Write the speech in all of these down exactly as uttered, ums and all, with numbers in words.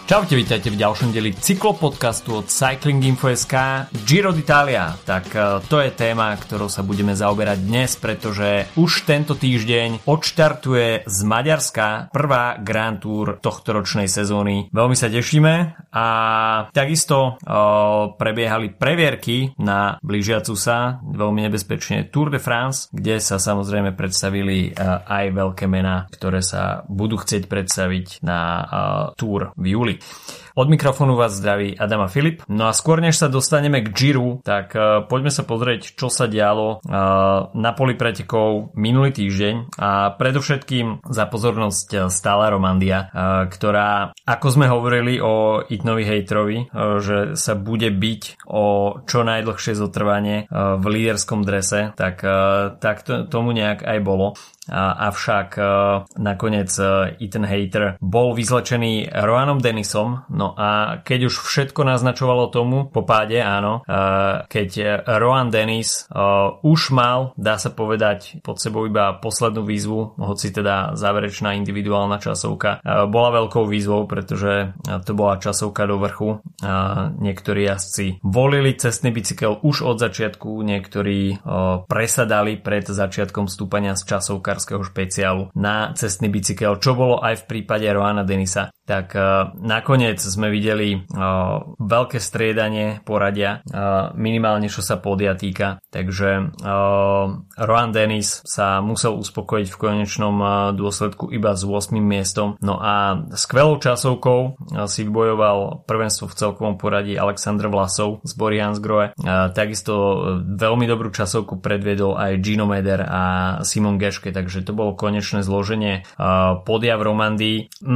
Čaute, vítajte v ďalšom deli cyklopodcastu od Cyclinginfo bodka es ká Giro d'Italia. Tak to je téma, ktorou sa budeme zaoberať dnes, pretože už tento týždeň odštartuje z Maďarska prvá Grand Tour tohtoročnej sezóny. Veľmi sa tešíme a takisto o, prebiehali previerky na blížiacu sa veľmi nebezpečne Tour de France, kde sa samozrejme predstavili o, aj veľké mená, ktoré sa budú chcieť predstaviť na o, Tour v júli. Od mikrofónu vás zdraví Adam a Filip. No a skôr než sa dostaneme k Giru, tak uh, poďme sa pozrieť, čo sa dialo uh, na poli pretekov minulý týždeň a predovšetkým za pozornosť stála Romandia, uh, ktorá, ako sme hovorili o Etanovi Hayterovi, uh, že sa bude biť o čo najdlhšie zotrvanie uh, v líderskom drese, tak, uh, tak to, tomu nejak aj bolo. A, avšak uh, nakoniec uh, Ethan Hayter bol vyzlečený Rohanom Dennisom. No a keď už všetko naznačovalo tomu po páde, áno, uh, keď Rohan Dennis uh, už mal, dá sa povedať, pod sebou iba poslednú výzvu, hoci teda záverečná individuálna časovka uh, bola veľkou výzvou, pretože uh, to bola časovka do vrchu. Uh, niektorí jazdci volili cestný bicykel už od začiatku, niektorí uh, presadali pred začiatkom stúpania z časovka špeciálu na cestný bicykel, čo bolo aj v prípade Rohana Dennisa. Tak uh, nakoniec sme videli uh, veľké striedanie poradia, uh, minimálne čo sa pódia týka. Takže uh, Rohan Dennis sa musel uspokojiť v konečnom uh, dôsledku iba s ôsmym miestom. No a skvelou časovkou uh, si vybojoval prvenstvo v celkovom poradí Alexander Vlasov z Bory Hansgrohe. Uh, takisto uh, veľmi dobrú časovku predviedol aj Gino Meder a Simon Geschke, takže to bolo konečné zloženie uh, pódia v Romandii.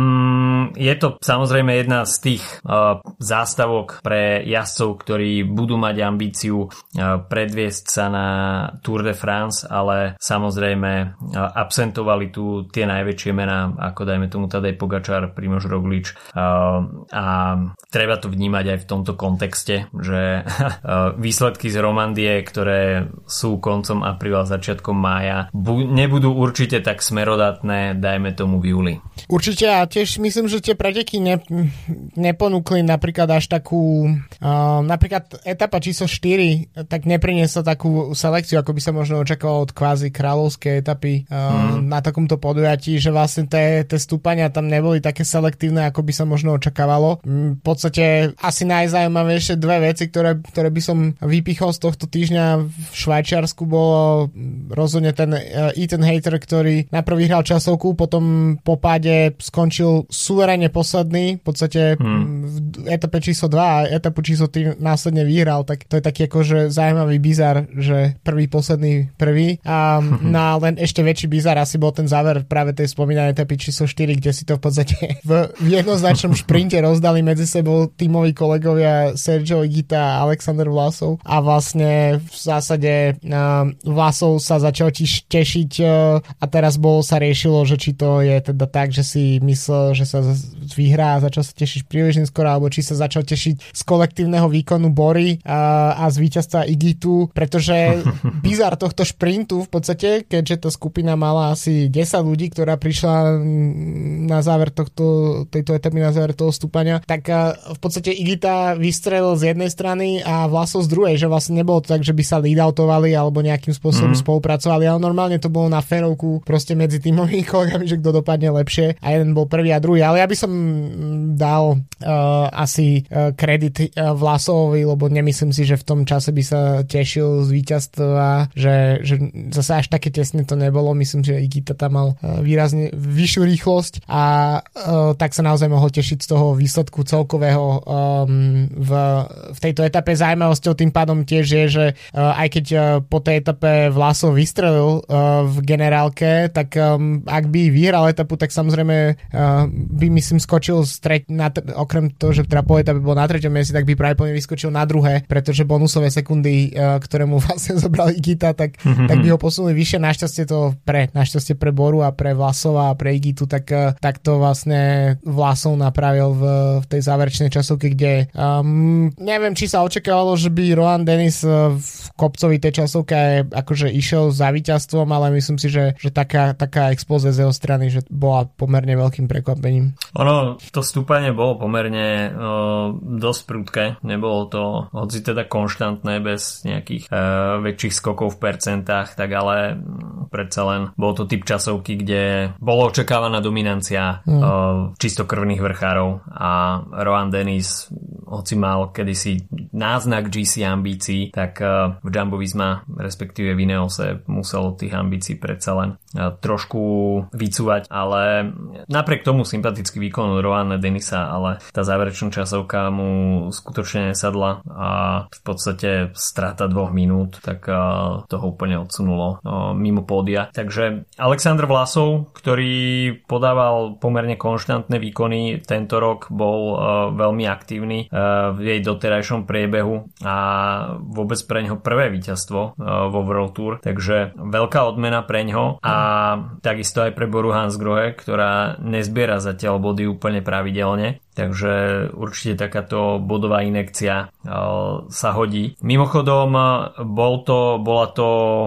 Mm, je to samozrejme jedna z tých uh, zástavok pre jazdcov, ktorí budú mať ambíciu uh, predviesť sa na Tour de France, ale samozrejme uh, absentovali tu tie najväčšie mená, ako dajme tomu Tadej Pogačar, Primož Roglič, uh, a treba to vnímať aj v tomto kontexte, že uh, výsledky z Romandie, ktoré sú koncom apríla, začiatkom mája, bu- nebudú určite tak smerodatné, dajme tomu v júli. Určite, a tiež myslím, že tie preteky ne, neponúkli napríklad až takú uh, napríklad etapa číslo štyri tak nepriniesla takú selekciu, ako by sa možno očakávalo od kvázi kráľovskej etapy uh, mm. na takomto podujatí, že vlastne tie stúpania tam neboli také selektívne, ako by sa možno očakávalo. V podstate asi najzaujímavejšie dve veci, ktoré, ktoré by som vypichol z tohto týždňa v Švajčiarsku, bolo rozhodne ten uh, Ethan Hayter, ktorý najprv vyhral časovku, potom po páde skončil suverénne posledný, v podstate hmm. v etape číslo dva a etapu číslo tri následne vyhral, tak to je taký akože zaujímavý bizar, že prvý, posledný, prvý. A na len ešte väčší bizar asi bol ten záver práve tej spomínanej etapy číslo štyri, kde si to v podstate v jednoznačnom šprinte rozdali medzi sebou tímoví kolegovia Sergio Higuita a Alexander Vlasov a vlastne v zásade uh, Vlasov sa začal tiež tešiť uh, a teraz bol sa riešilo, že či to je teda tak, že si myslel, že sa vyhrá a začal sa tešiť príliš neskoro, alebo či sa začal tešiť z kolektívneho výkonu Bory a, a z víťazstva Higitu, pretože bizar tohto šprintu v podstate, keďže tá skupina mala asi desať ľudí, ktorá prišla na záver tohto, tejto etapy, na záver toho stúpania, tak v podstate Higuita vystrelil z jednej strany a Vlasov z druhej, že vlastne nebolo to tak, že by sa lead-outovali alebo nejakým spôsobom mm. spolupracovali, ale normálne to bolo na férovku proste medzi tímovými kolegami, že kto dopadne lepšie a jeden bol prvý a druhý, ale ja by som dal uh, asi uh, kredit uh, Vlasovovi, lebo nemyslím si, že v tom čase by sa tešil z víťazstva, že, že zase až také tesne to nebolo. Myslím, že Higuita tam mal uh, výrazne vyššiu rýchlosť a uh, tak sa naozaj mohol tešiť z toho výsledku celkového um, v, v tejto etape. Zaujímavosťou tým pádom tiež je, že uh, aj keď uh, po tej etape Vlasov vystrelil uh, v generálke, tak um, ak by vyhral etapu, tak samozrejme uh, by myslím skočil z treť, na, okrem toho, že teda po etape bol na treťom mieste, tak by pravdepodobne vyskočil na druhé, pretože bonusové sekundy, uh, ktoré mu vlastne zobral Higuita, tak, mm-hmm. tak by ho posunuli vyššie. Našťastie to pre, našťastie pre Boru a pre Vlasova a pre Higitu, tak, uh, tak to vlastne Vlasov napravil v, v tej záverečnej časovke, kde um, neviem, či sa očakávalo, že by Rohan Dennis uh, v kopcovi tej časovke akože išiel za víťazstvom, ale myslím si, že, že taká, taká expóze z jeho strany, že bola pomerne veľkým prekvapením. Ono, to stúpanie bolo pomerne uh, dosť prudké, nebolo to hoci teda konštantné bez nejakých uh, väčších skokov v percentách, tak ale predsa len bol to typ časovky, kde bola očakávaná dominancia mm. uh, čistokrvných vrchárov a Rohan Dennis, hoci mal kedysi náznak gé cé ambícií, tak uh, v Jumbo Visma, respektíve v Ineose musel od tých ambícií predsa len uh, trošku vycúvať, ale napriek tomu sympatický výkon Rohana Dennisa, ale tá záverečná časovka mu skutočne nesadla a v podstate strata dvoch minút, tak uh, toho úplne odsunulo uh, mimo pódia. Takže Alexander Vlasov, ktorý podával pomerne konštantné výkony tento rok, bol uh, veľmi aktívny uh, v jej doterajšom priebehu a vôbec pre ňoho prvé víťazstvo uh, vo World Tour, takže veľká odmena pre ňoho a takisto aj pre Boru Hansgrohe, ktorá nezbiera zatiaľ body úplne pravidelne. Takže určite takáto bodová injekcia uh, sa hodí. Mimochodom, bol to, bola to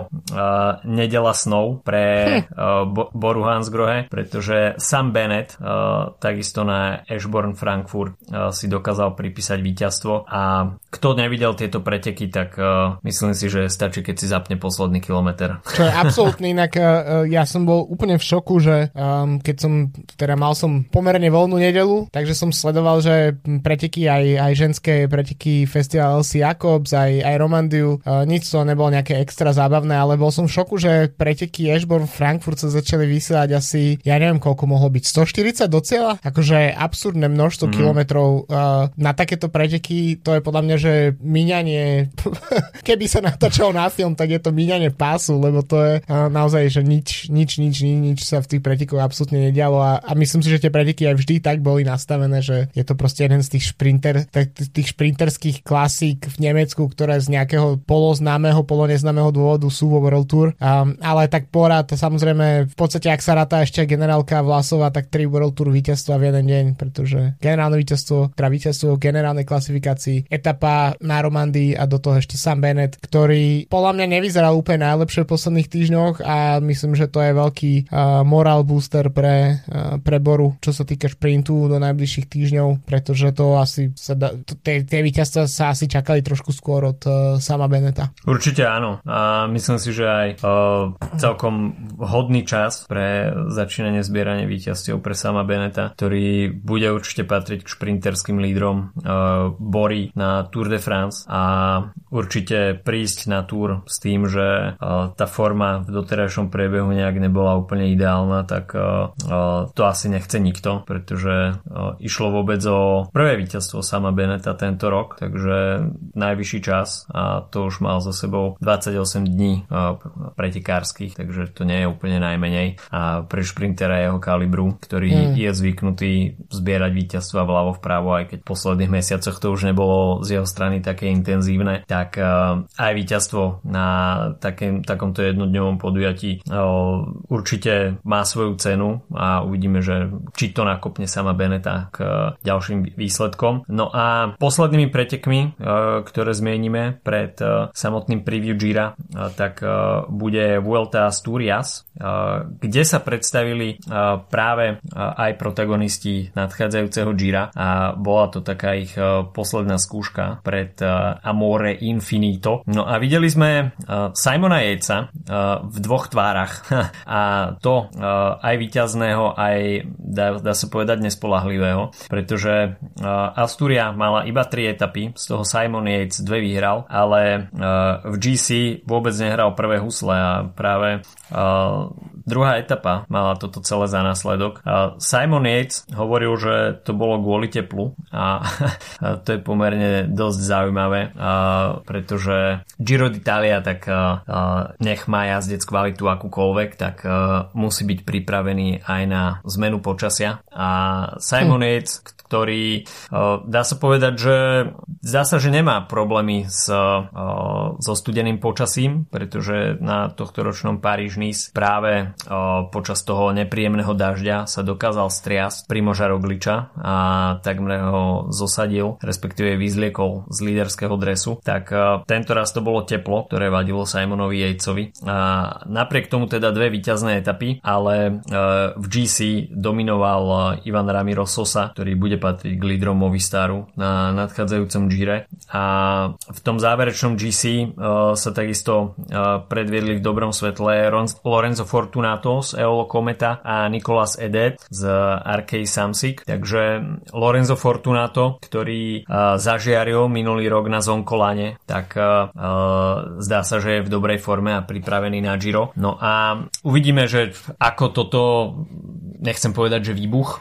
uh, nedeľa snov pre uh, Bo- Boru Hansgrohe, pretože Sam Bennett uh, takisto na Eschborn Frankfurt uh, si dokázal pripísať víťazstvo a kto nevidel tieto preteky, tak uh, myslím si, že stačí, keď si zapne posledný kilometr. Čo je absolútne inak, uh, ja som bol úplne v šoku, že um, keď som, teda mal som pomerne voľnú nedeľu, takže som sledoval, že preteky aj, aj ženské preteky Festival el cé Jacobs, aj, aj Romandiu, uh, nič to nebolo nejaké extra zábavné, ale bol som v šoku, že preteky Eschborn Frankfurt sa začali vysielať asi, ja neviem koľko mohlo byť, stoštyridsať do cieľa? Akože absurdné množstvo mm. kilometrov uh, na takéto preteky, to je podľa mňa, že míňanie keby sa natáčalo na film, tak je to míňanie pásu, lebo to je uh, naozaj, že nič, nič, nič, nič, nič sa v tých pretekoch absolútne nedialo a, a myslím si, že tie preteky aj vždy tak boli nastavené, že je to proste jeden z tých šprinter, tých šprinterských klasík v Nemecku, ktoré z nejakého poloznámeho, poloneznámeho dôvodu sú vo World Tour. Um, ale tak porad, samozrejme, v podstate, ak sa ráta ešte generálka Vlasova, tak tri World Tour víťazstva v jeden deň, pretože generálne víťazstvo, teda víťazstvo v generálnej klasifikácii, etapa na Romandii a do toho ešte Sam Bennett, ktorý podľa mňa nevyzeral úplne najlepšie v posledných týždňoch a myslím, že to je veľký uh, moral booster pre, uh, pre Boru, čo sa týka šprintu do najbližších týždňov, pretože to asi sa da, tie, tie víťazstva sa asi čakali trošku skôr od uh, Sama Bennetta. Určite áno a myslím si, že aj uh, celkom vhodný čas pre začínanie zbierania víťazstiev pre Sama Bennetta, ktorý bude určite patriť k šprinterským lídrom uh, Bory na Tour de France a určite prísť na Tour s tým, že uh, tá forma v doterajšom priebehu nejak nebola úplne ideálna, tak uh, uh, to asi nechce nikto, pretože uh, išlo vôbec o prvé víťazstvo Sama Bennetta tento rok, takže najvyšší čas a to už mal za sebou dvadsaťosem dní pretekárskych, takže to nie je úplne najmenej a pre šprintera jeho kalibru, ktorý mm. je zvyknutý zbierať víťazstva vľavo vpravo, aj keď v posledných mesiacoch to už nebolo z jeho strany také intenzívne, tak aj víťazstvo na takém, takomto jednodňovom podujatí určite má svoju cenu a uvidíme, že či to nakopne Sama Bennetta k ďalším výsledkom. No a poslednými pretekmi, ktoré zmienime pred samotným preview Gira, tak bude Vuelta a Asturias, kde sa predstavili práve aj protagonisti nadchádzajúceho Gira a bola to taká ich posledná skúška pred Amore Infinito. No a videli sme Simona Yatesa v dvoch tvárach a to aj víťazného, aj dá, dá sa povedať nespoľahlivého, pretože Asturia mala iba tri etapy, z toho Simon Yates dve vyhral, ale v gé cé vôbec nehral prvé husle a práve Uh, druhá etapa mala toto celé za následok. Uh, Simon Yates hovoril, že to bolo kvôli teplu a to je pomerne dosť zaujímavé, uh, pretože Giro d'Italia, tak uh, nech má jazdec kvalitu akúkoľvek, tak uh, musí byť pripravený aj na zmenu počasia a Simon hm. Yates, ktorý dá sa povedať, že zdá sa, že nemá problémy s, so studeným počasím, pretože na tohtoročnom Paríž-Nice práve počas toho nepríjemného dažďa sa dokázal striasť Primoža Rogliča a takmer ho zosadil, respektíve vyzliekol z líderského dresu. Tak tento raz to bolo teplo, ktoré vadilo Simonovi Yatesovi. A napriek tomu teda dve víťazné etapy, ale v gé cé dominoval Ivan Ramiro Sosa, ktorý bude patriť k lídrom Movistaru na nadchádzajúcom Gire. A v tom záverečnom gé cé sa takisto predviedli v dobrom svetle Lorenzo Fortunato z Eolo Kometa a Nicolas Edet z Arkei Samsic. Takže Lorenzo Fortunato, ktorý zažiaril minulý rok na Zoncolane, tak zdá sa, že je v dobrej forme a pripravený na Giro. No a uvidíme, že ako toto, nechcem povedať, že výbuch,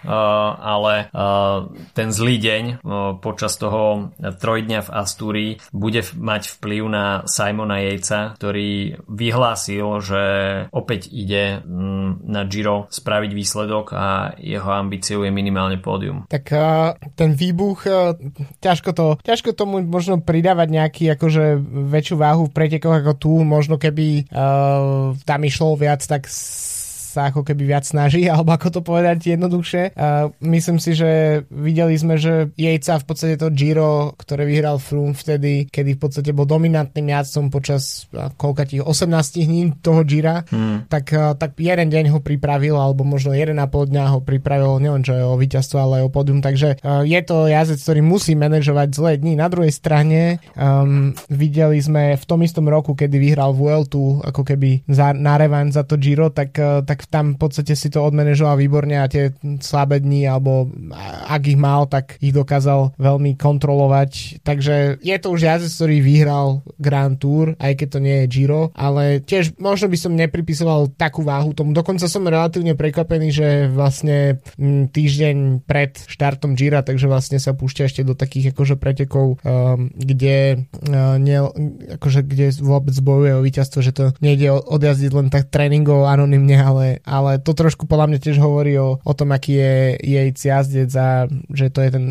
ale ten zlý deň počas toho trojdňa v Astúrii bude mať vplyv na Simona Yatesa, ktorý vyhlásil, že opäť ide na Giro spraviť výsledok a jeho ambíciou je minimálne pódium. Tak ten výbuch, ťažko to, ťažko tomu možno pridávať nejaký akože väčšiu váhu v pretekoch ako tu, možno keby uh, tam išlo viac, tak sa ako keby viac snaží, alebo ako to povedať jednoduchšie. Uh, myslím si, že videli sme, že Yatesa v podstate to Giro, ktoré vyhral Froome vtedy, kedy v podstate bol dominantným jazdcom počas uh, koľka tých osemnásť dní toho Gira, hmm. tak, uh, tak jeden deň ho pripravil, alebo možno jeden a pol dňa ho pripravil, neviem čo je o víťazstvo, ale aj o pódium, takže uh, je to jazdec, ktorý musí manažovať zlé dni. Na druhej strane um, videli sme v tom istom roku, kedy vyhral Vueltu, ako keby za, na revanš za to Giro, tak, uh, tak tam v podstate si to odmanažoval výborne a tie slabé dni, alebo ak ich mal, tak ich dokázal veľmi kontrolovať. Takže je to už jazdec, ktorý vyhral Grand Tour, aj keď to nie je Giro, ale tiež možno by som nepripisoval takú váhu tomu. Dokonca som relatívne prekvapený, že vlastne týždeň pred štartom Gira, takže vlastne sa púšťa ešte do takých akože pretekov, um, kde, uh, ne, akože, kde vôbec bojuje o víťazstvo, že to nejde odjazdiť len tak tréningov anonymne, ale ale to trošku podľa mňa tiež hovorí o, o tom, aký je Yates jazdec a že to je ten,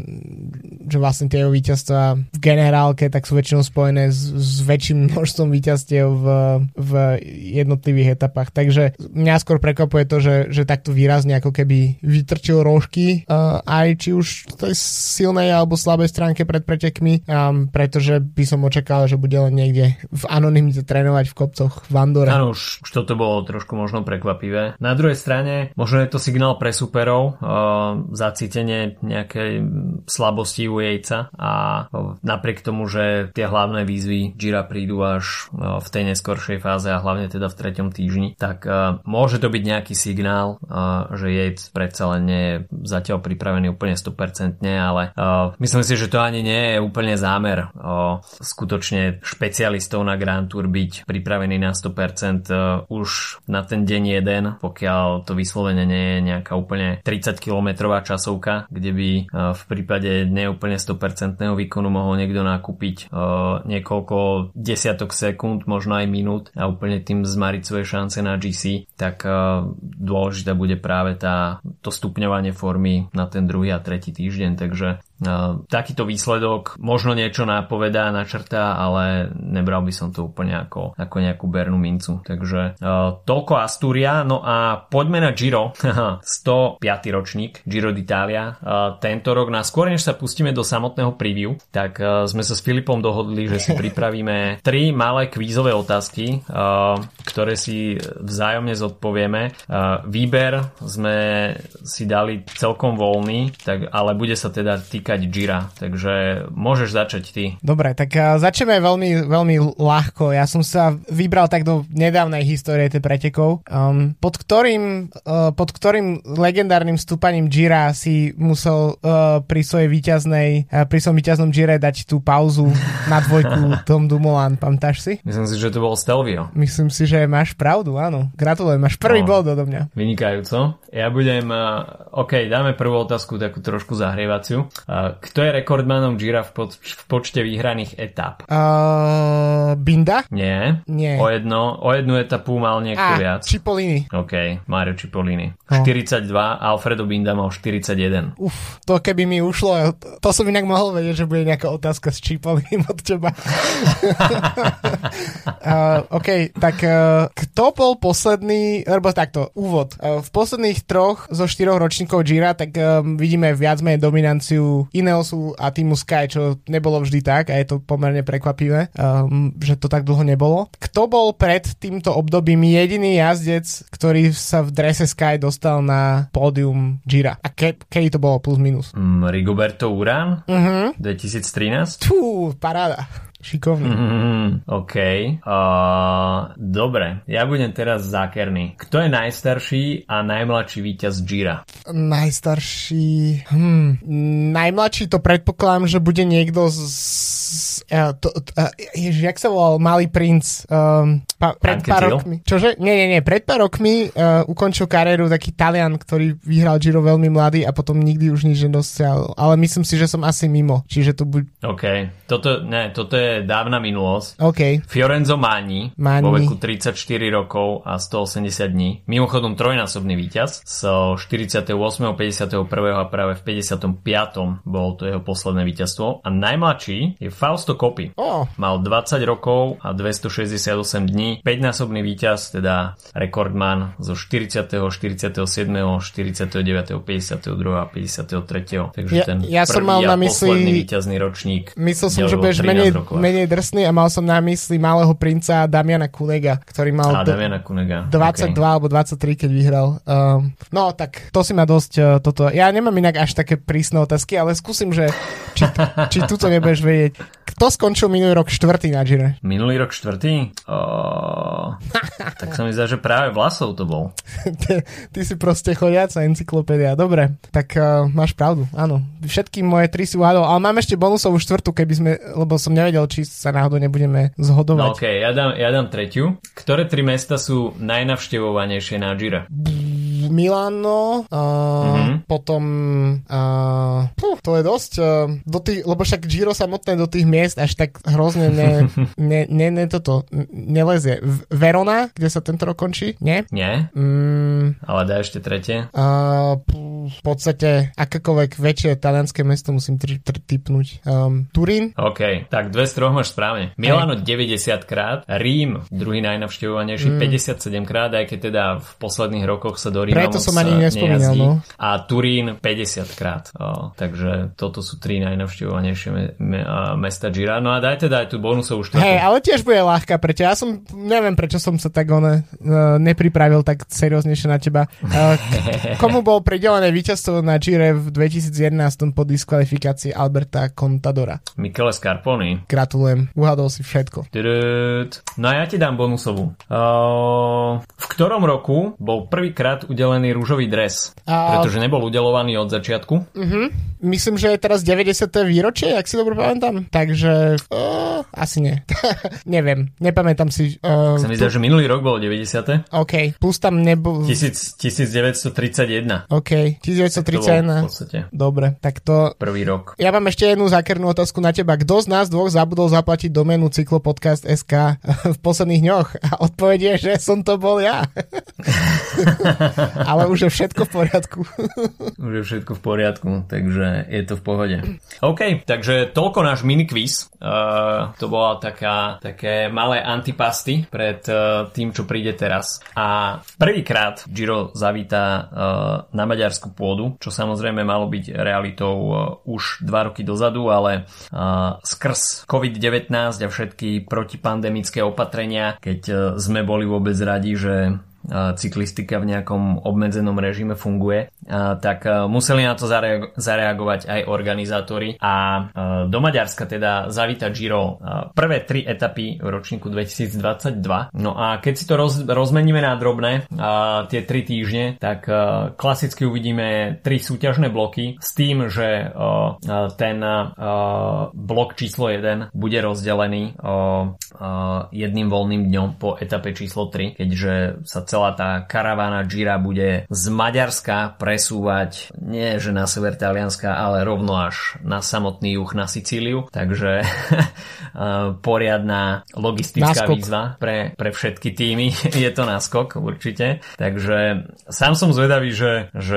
že vlastne tie jeho víťazstva v generálke tak sú väčšinou spojené s, s väčším množstvom víťazstiev v, v jednotlivých etapách. Takže mňa skôr prekvapuje to, že, že takto výrazne ako keby vytrčil rožky uh, aj či už v tej silnej alebo slabej stránke pred pretekmi, um, pretože by som očakal, že bude len niekde v anonymite trénovať v kopcoch v Andore. Áno, už, už toto bolo trošku možno prekvapivé. Na druhej strane, možno je to signál pre superov, uh, zacítenie nejakej slabosti u Yatesa a uh, napriek tomu, že tie hlavné výzvy Gira prídu až uh, v tej neskoršej fáze a hlavne teda v treťom týždni, tak uh, môže to byť nejaký signál, uh, že Yates predsa len nie je zatiaľ pripravený úplne sto percent, ale uh, myslím si, že to ani nie je úplne zámer uh, skutočne špecialistov na Grand Tour byť pripravený na sto percent uh, už na ten deň jeden, pokiaľ to vyslovene nie je nejaká úplne tridsaťkilometrová časovka, kde by v prípade neúplne sto percent výkonu mohol niekto nakúpiť niekoľko desiatok sekúnd, možno aj minút a úplne tým zmariť svoje šance na gé cé, tak dôležitá bude práve tá, to stupňovanie formy na ten druhý a tretí týždeň, takže Uh, takýto výsledok možno niečo napovedá, načrtá, ale nebral by som to úplne ako, ako nejakú bernú mincu. Takže uh, toľko Astúria. No a poďme na Giro. stopiaty ročník Giro d'Italia. Uh, tento rok, na skôr než sa pustíme do samotného preview, tak uh, sme sa s Filipom dohodli, že si pripravíme tri malé kvízové otázky, uh, ktoré si vzájomne zodpovieme. Uh, výber sme si dali celkom voľný, tak, ale bude sa teda týkať Gira, takže môžeš začať ty. Dobre, tak uh, začneme veľmi, veľmi ľahko. Ja som sa vybral tak do nedávnej histórie tých pretekov, um, pod ktorým uh, pod ktorým legendárnym stúpaním Gira si musel uh, pri svojej víťaznej uh, pri svojom víťaznom Gire dať tú pauzu na dvojku Tom Dumoulin, pamätáš si? Myslím si, že to bol Stelvio. Myslím si, že Takže máš pravdu, áno. Gratulujem, máš prvý no, bod odo mňa. Vynikajúco. Ja budem... Uh, OK, dáme prvú otázku, takú trošku zahrievaciu. Uh, kto je rekordmanom Gira v, pod, v počte vyhraných etap? Uh, Binda? Nie. Nie. O, jedno, o jednu etapu mal niekto ah, viac. Cipollini. OK, Mario Cipollini. No. štyridsaťdva, Alfredo Binda mal štyridsaťjeden. Uf, to keby mi ušlo, to som inak mohol vedieť, že bude nejaká otázka s Cipolinim od teba. uh, OK, tak uh, kto bol posledný, alebo takto, úvod. Uh, v posledných troch zo štyroch ročníkov Gira, tak um, vidíme viac menej dominanciu Ineosu a týmu Sky, čo nebolo vždy tak a je to pomerne prekvapivé, um, že to tak dlho nebolo. Kto bol pred týmto obdobím jediný jazdec, ktorý sa v drese Sky dostal na pódium Gira? A ke, kedy to bolo plus minus? Mm, Rigoberto Urán? Uh-huh. dvetisíctrinásť? Fú, paráda. Šikovný. Mm, OK. Uh, dobre, ja budem teraz zákerný. Kto je najstarší a najmladší víťaz Gira? Najstarší... Hm. Najmladší to predpokladám, že bude niekto z... Uh, to, uh, ježi, jak sa volal? Malý princ. Um, pa, pred pár rokmi. Čože? Nie, nie, nie. Pred pár rokmi uh, ukončil kariéru taký Talian, ktorý vyhral Giro veľmi mladý a potom nikdy už nič nedosiahol. Ale myslím si, že som asi mimo. Čiže to bude... OK. Toto, ne, toto je dávna minulosť. OK. Fiorenzo Magni, Magni vo veku tridsaťštyri rokov a stoosemdesiat dní. Mimochodom trojnásobný víťaz. So štyridsiateho ôsmeho päťdesiateho prvého a práve v päťdesiatom piatom bolo to jeho posledné víťazstvo. A najmladší je Fausto Coppi. Oh. Mal dvadsať rokov a dvestošesťdesiatosem dní. päťnásobný víťaz, teda rekordman zo štyridsiateho, štyridsiateho siedmeho, štyridsiateho deviateho, päťdesiateho druhého a päťdesiateho tretieho Takže ja, ten ja prvý som mal a na mysli, posledný víťazný ročník. Myslel som, že budeš menej, menej drsný a mal som na mysli malého princa Damiana Kunega, ktorý mal a, d- Damiana Kunega. dvadsaťdva okay. alebo dvadsaťtri, keď vyhral. Um, no tak to si ma dosť uh, toto. Ja nemám inak až také prísne otázky, ale skúsim, že či, či túto nebudeš vedieť. Kto skončil minulý rok štvrtý na Gire? Minulý rok štvrtý? Oh, tak sa mi zdá, že práve Vlasov to bol. ty, ty si proste chodiaca encyklopédia. Dobre, tak uh, máš pravdu, áno. Všetky moje tri si uhádol, ale mám ešte bonusovú štvrtú, keby sme, lebo som nevedel, či sa náhodou nebudeme zhodovať. No okej, okay, ja dám, ja dám tretiu. Ktoré tri mesta sú najnavštevovanejšie na Gire? Milano, uh, mm-hmm. potom uh, pú, to je dosť uh, do tých, lebo však Giro samotné do tých miest až tak hrozne ne, ne, ne, ne toto nelezie. Verona, kde sa tento rok končí? Nie? Nie, mm, ale daj ešte tretie. Uh, pú, v podstate akékoľvek väčšie talianské mesto musím tri, tri, tipnúť. Um, Turín? OK, tak dve z troch máš správne. Milano deväťdesiat krát, Rím druhý najnavštevovanejší mm. päťdesiatsedem krát, aj keď teda v posledných rokoch sa do Ríma preto som ani nespomínal, no. A Turín päťdesiat krát. O, takže toto sú tri najnavštevovanejšie me, me, a, mesta Gira. No a daj teda aj tú bonusovú štvrtú. Hej, ale tiež bude ľahká pre teba. Ja som, neviem prečo som sa tak one, uh, nepripravil tak serióznejšie na teba. Uh, k- komu bol pridelené víťazstvo na Gire v dvetisícjedenásť po diskvalifikácii Alberta Contadora? Michele Scarponi. Gratulujem, uhádol si všetko. Tudut. No a ja ti dám bonusovú. Uh, v ktorom roku bol prvýkrát udelený rúžový dres? A... Pretože nebol udelovaný od začiatku. Uh-huh. Myslím, že je teraz deväťdesiate výročie, ak si dobre pamätám. Takže uh, asi nie. Neviem, nepamätám si. Uh, Sa mi zdá, tu... že minulý rok bolo deväťdesiate OK, plus tam nebol... tisícdeväťstotridsaťjeden OK, tisícdeväťstotridsaťjeden Dobre, tak to... Prvý rok. Ja mám ešte jednu zákernú otázku na teba. Kto z nás dvoch zabudol zaplatiť doménu cyklopodcast bodka es ká v posledných dňoch? A odpoveď je, že som to bol ja. Ale už je všetko v poriadku. Už je všetko v poriadku, takže je to v pohode. OK, takže toľko náš minikvíz. Uh, to bola taká, také malé antipasty pred uh, tým, čo príde teraz. A prvýkrát Giro zavíta uh, na maďarskú pôdu, čo samozrejme malo byť realitou uh, už dva roky dozadu, ale uh, skrz covid devätnásť a všetky protipandemické opatrenia, keď uh, sme boli vôbec radi, že cyklistika v nejakom obmedzenom režime funguje, tak museli na to zareagovať aj organizátori a do Maďarska teda zavíta Giro prvé tri etapy v ročníku dvetisícdvadsaťdva. No a keď si to roz, rozmeníme na drobné tie tri týždne, tak klasicky uvidíme tri súťažné bloky s tým, že ten blok číslo jeden bude rozdelený jedným voľným dňom po etape číslo tri, keďže sa celá tá karavána Gira bude z Maďarska presúvať nie že na sever Talianska, ale rovno až na samotný juh, na Sicíliu. Takže poriadna logistická náskok. Výzva pre, pre všetky týmy. Je to náskok určite. Takže sám som zvedavý, že, že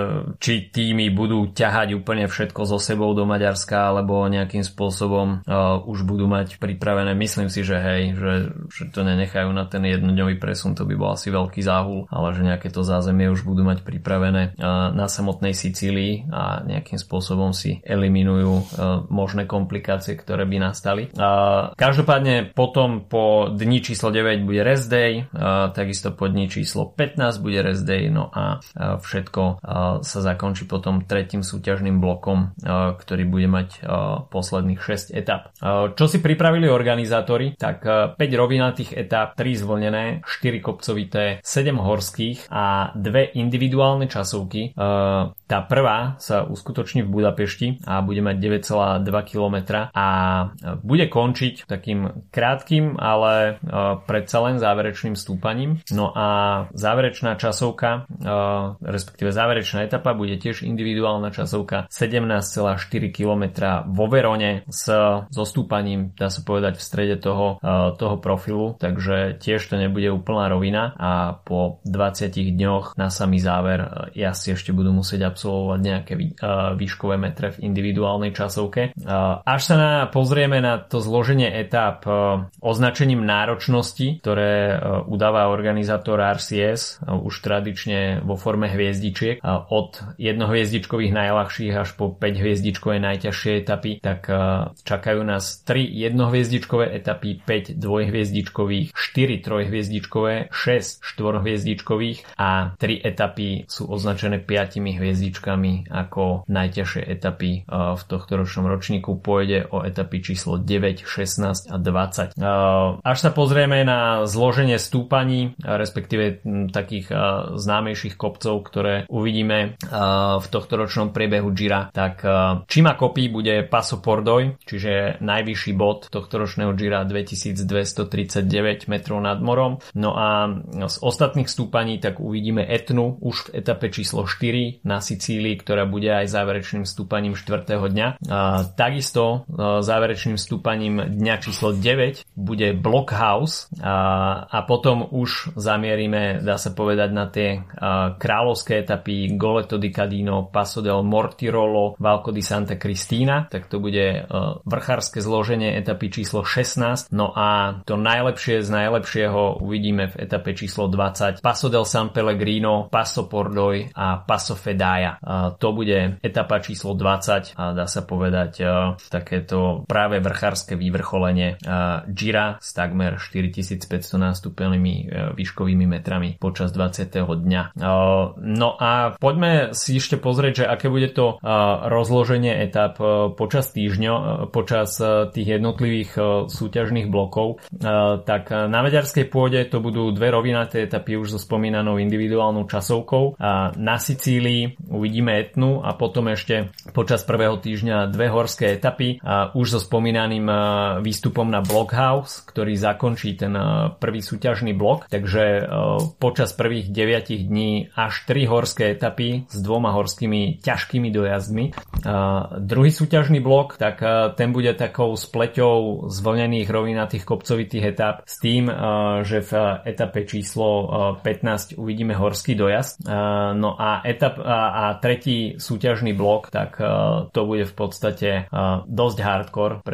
či týmy budú ťahať úplne všetko so sebou do Maďarska, alebo nejakým spôsobom uh, už budú mať pripravené. Myslím si, že hej, že, že to nenechajú na ten jednodňový presun, to by bol asi veľký záhul, ale že nejaké to zázemie už budú mať pripravené uh, na samotnej Sicílii a nejakým spôsobom si eliminujú uh, možné komplikácie, ktoré by nastali. Uh, každopádne potom po dni číslo deväť bude rest day, uh, takisto po dni číslo pätnásť bude rest day, no a uh, všetko uh, sa zakončí potom tretím súťažným blokom, uh, ktorý bude mať uh, posledných šesť etap. Uh, čo si pripravili organizátori, tak uh, päť rovinatých etap, tri zvlnené, štyri kopcovité, sedem horských a dve individuálne časovky. Uh, tá prvá sa uskutoční v Budapešti a bude mať deväť celá dva kilometra a bude končiť takým krátkym, ale uh, predsa len záverečným stúpaním. No a záverečná časovka, uh, respektíve záverečná etapa bude tiež individuálna časovka sedemnásť celá štyri kilometra vo Verone s zostúpaním, dá sa povedať, v strede toho, uh, toho profilu, takže tiež to nebude úplná rovina a po dvadsiatich dňoch na samý záver uh, jazdci ešte budú musieť absolvovať nejaké uh, výškové metre v individuálnej časovke. Uh, až sa na, pozrieme na to zloženie etap uh, označením náročnosti, ktoré uh, udáva organizátor er cé es uh, už tradične vo forme hviezdičiek, uh, od jednohviezdičkových najľahších až po päť hviezdičkové najťažšie etapy, tak uh, čakajú nás tri jednohviezdičkové etapy, päť dvojhviezdičkových, štyri trojhviezdičkové, šesť štvorhviezdičkových a tri etapy sú označené piatimi hviezdičkami ako najťažšie etapy uh, v tohto ročnom ročníku. Pôjde o etapy číslo deväť, šestnásť a dvadsať. Uh, až sa pozrieme na zloženie stúpaní, respektíve m, takých uh, známejších kopcov, ktoré uvidíme uh, v tohto ročnom priebehu Gira, tak uh, Cima Coppi bude Passo Pordoi, čiže najvyšší bod tohto ročného Gira, dvetisícdvestotridsaťdeväť metrov nad morom. No a z ostatných stúpaní tak uvidíme Etnu už v etape číslo štyri na Sicílii, ktorá bude aj záverečným stúpaním štvrtého dňa. Uh, takisto uh, záverečným stúpaním dňa číslo deväť bude Blockhaus uh, a potom už zamierime, dá sa povedať, na tie uh, kráľovské etapy Goletto di Cadino, Passo del Mortirolo, Valco di Santa Cristina, tak to bude uh, vrchárske zloženie etapy číslo šestnásť. No a to najlepšie z najlepšieho uvidíme v etape číslo dvadsať, Passo del San Pellegrino, Passo Pordoi a Passo Fedaia. Uh, to bude etapa číslo dvadsať a dá sa povedať uh, takéto práve vrchárske vyvrcholenie uh, Gira s takmer štyritisícpäťsto nástupenými uh, výškovými metrami počas dvadsiateho dňa. Uh, no a poďme si ešte pozrieť, že aké bude to uh, rozloženie etap uh, počas týždňa, uh, počas uh, tých jednotlivých uh, súťažných blokov. Uh, tak uh, na maďarskej pôde to budú dve rovinaté etapy už so spomínanou individuálnou časovkou. Uh, na Sicílii uvidíme Etnu a potom ešte počas prvého týždňa dve horské etapy uh, už so spomínaným uh, výstupom na Blockhaus, ktorý zakončí ten uh, prvý súťažný blok. Takže uh, počas prvých deviatich dní až tri horské etapy s dvoma horskými ťažkými dojazdmi. Uh, druhý súťažný blok, tak uh, ten bude takou spleťou zvlnených rovinatých kopcovitých etap s tým, uh, že v uh, etape číslo uh, pätnásť uvidíme horský dojazd. Uh, no a, etap, uh, a tretí súťažný blok, tak uh, to bude v podstate uh, dosť hardcore, pretože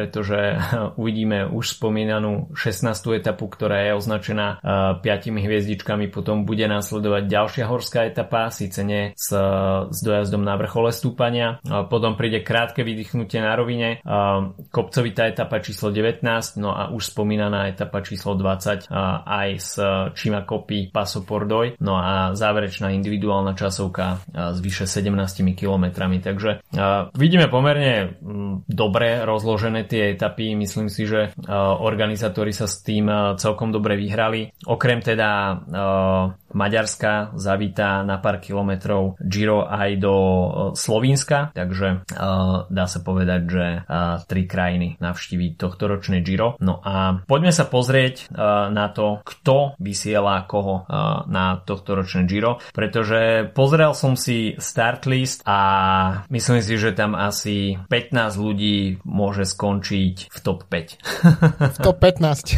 uvidíme už spomínanú šestnástu etapu, ktorá je označená piatimi hviezdičkami, potom bude následovať ďalšia horská etapa, síce nie s, s dojazdom na vrchole stúpania, potom príde krátke vydýchnutie na rovine, kopcovitá etapa číslo devätnásť, no a už spomínaná etapa číslo dvadsať aj s Cima Coppi Passo Pordoi, no a záverečná individuálna časovka s vyše sedemnástimi kilometrami, takže vidíme pomerne dobre rozložené tie etapy. Myslím si, že organizátori sa s tým celkom dobre vyhrali. Okrem teda Maďarska zavítá na pár kilometrov Giro aj do Slovinska, takže dá sa povedať, že tri krajiny navštíví tohtoročné Giro. No a poďme sa pozrieť na to, kto vysiela koho na tohtoročné Giro, pretože pozrel som si start list a myslím si, že tam asi pätnásť ľudí môže skončiť v top päť. V top pätnásť.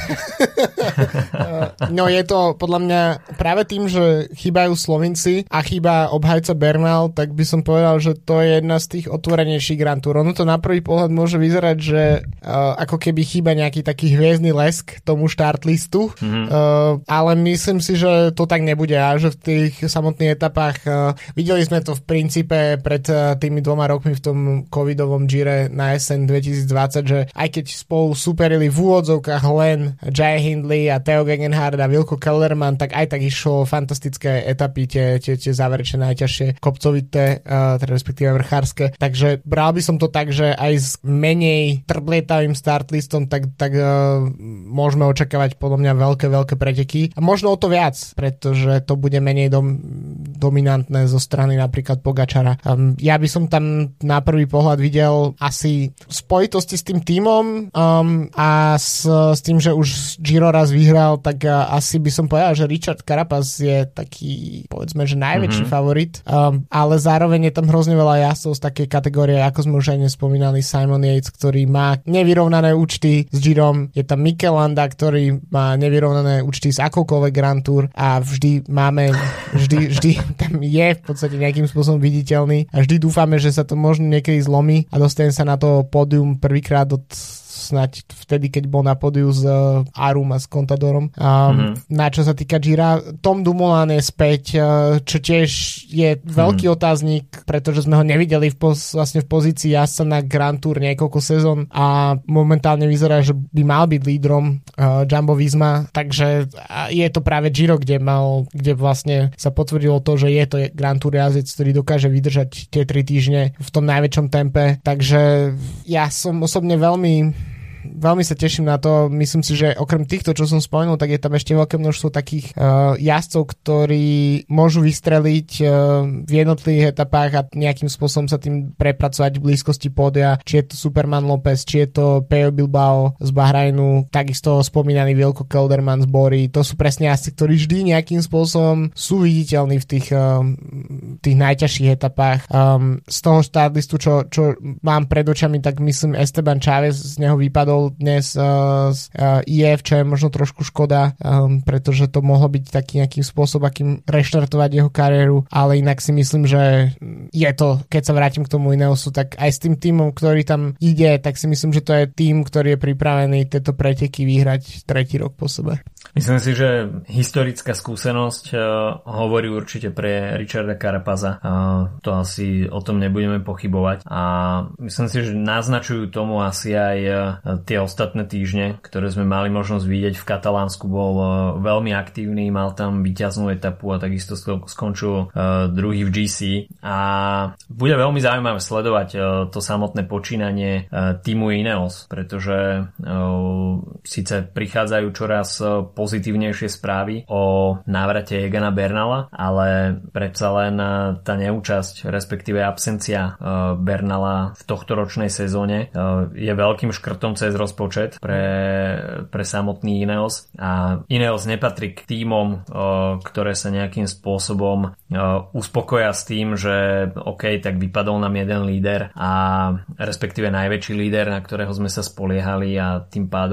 No je to podľa mňa práve tým, že chýbajú Slovinci a chýba obhajca Bernal, tak by som povedal, že to je jedna z tých otvorenejších Grand Tour. Ono to na prvý pohľad môže vyzerať, že uh, ako keby chýba nejaký taký hviezdny lesk tomu štartlistu, mm-hmm. uh, ale myslím si, že to tak nebude a že v tých samotných etapách uh, videli sme to v princípe pred uh, tými dvoma rokmi v tom covidovom Gire na jeseň dvetisícdvadsať, že aj keď spolu superili v úvodzovkách len Jai Hindley a Theo Gegenhardt a Wilco Kelderman, tak aj tak išlo fantastické etapy, tie, tie, tie záverečné najťažšie kopcovité, uh, teda respektíve vrchárske. Takže bral by som to tak, že aj s menej trblietavým startlistom, tak, tak uh, môžeme očakávať podľa mňa veľké, veľké preteky. A možno o to viac, pretože to bude menej dom, dominantné zo strany napríklad Pogačara. Um, ja by som tam na prvý pohľad videl asi spojitosti s tým tímom um, a s, s tým, že už Giro raz vyhral, tak uh, asi by som povedal, že Richard Carapaz je taký, povedzme, že najväčší mm-hmm. favorit, um, ale zároveň je tam hrozne veľa jazdcov z takej kategórie, ako sme už aj nespomínali, Simon Yates, ktorý má nevyrovnané účty s Girom, je tam Mikel Landa, ktorý má nevyrovnané účty s akoukoľvek Grand Tour a vždy máme, vždy, vždy tam je v podstate nejakým spôsobom viditeľný a vždy dúfame, že sa to možno niekedy zlomí a dostane sa na to pódium prvýkrát od snáď vtedy, keď bol na pódiu s uh, Arum a s Contadorom. Um, mm-hmm. Na čo sa týka Gira, Tom Dumoulin je späť, uh, čo tiež je veľký mm-hmm. otáznik, pretože sme ho nevideli v, pos- vlastne v pozícii jazdca na Grand Tour niekoľko sezón a momentálne vyzerá, že by mal byť lídrom uh, Jumbo Visma, takže uh, je to práve Giro, kde mal, kde vlastne sa potvrdilo to, že je to Grand Tour jazdec, ktorý dokáže vydržať tie tri týždne v tom najväčšom tempe, takže ja som osobne veľmi Veľmi sa teším na to. Myslím si, že okrem týchto, čo som spomenul, tak je tam ešte veľké množstvo takých uh, jazdcov, ktorí môžu vystreliť uh, v jednotlivých etapách a nejakým spôsobom sa tým prepracovať v blízkosti pódia. Či je to Superman Lopez, či je to Peyo Bilbao z Bahrajnu, takisto spomínaný Wilco Kelderman z Bory. To sú presne jazdci, ktorí vždy nejakým spôsobom sú viditeľní v tých, uh, tých najťažších etapách. Um, z toho štartlistu, čo, čo mám pred očami, tak myslím Esteban Chávez, z neho vypadol dnes uh, z uh, í ef, čo je možno trošku škoda, um, pretože to mohlo byť taký nejakým spôsobom, akým reštartovať jeho kariéru, ale inak si myslím, že je to, keď sa vrátim k tomu Ineosu, tak aj s tým tímom, ktorý tam ide, tak si myslím, že to je tím, ktorý je pripravený tieto preteky vyhrať tretí rok po sebe. Myslím si, že historická skúsenosť uh, hovorí určite pre Richarda Carapaza. Uh, to asi o tom nebudeme pochybovať a myslím si, že naznačujú tomu asi aj uh, tie ostatné týždne, ktoré sme mali možnosť vidieť. V Katalánsku bol uh, veľmi aktívny, mal tam víťaznú etapu a takisto skončil uh, druhý v gé cé a bude veľmi zaujímavé sledovať uh, to samotné počínanie uh, týmu Ineos, pretože uh, síce prichádzajú čoraz uh, pozitívnejšie správy o návrate Egana Bernala, ale predsa len uh, tá neúčasť, respektíve absencia uh, Bernala v tohtoročnej sezóne uh, je veľkým škrtom cez rozpočet pre, pre samotný Ineos a Ineos nepatrí k tímom, ktoré sa nejakým spôsobom uspokoja s tým, že OK, tak vypadol nám jeden líder a respektíve najväčší líder, na ktorého sme sa spoliehali a tým pádom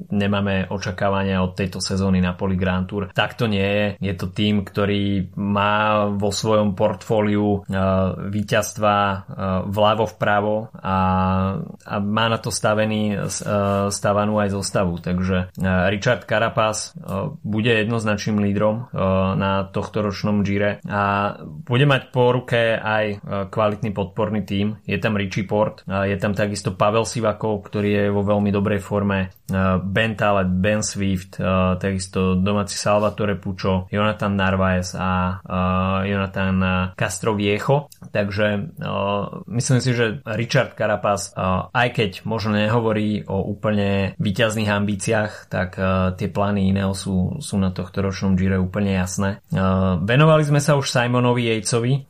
nemáme očakávania od tejto sezóny na poli Grand Tour. Tak to nie je. Je to tým, ktorý má vo svojom portfóliu víťazstva vľavo vpravo a, a má na to stavený, stavanú aj zostavu. Takže Richard Carapaz bude jednoznačným lídrom na tohto ročnom Gire a bude mať po ruke aj kvalitný podporný tím. Je tam Richie Porte, je tam takisto Pavel Sivakov, ktorý je vo veľmi dobrej forme, Ben Talet, Ben Swift, takisto domáci Salvatore Puccio, Jonathan Narvaez a Jonathan Castroviejo. Takže myslím si, že Richard Carapaz, aj keď možno nehovorí o úplne víťazných ambíciách, tak tie plány iného sú, sú na tohto ročnom Gire úplne jasné. Venovali sme sa už Simonovi Yatesovi,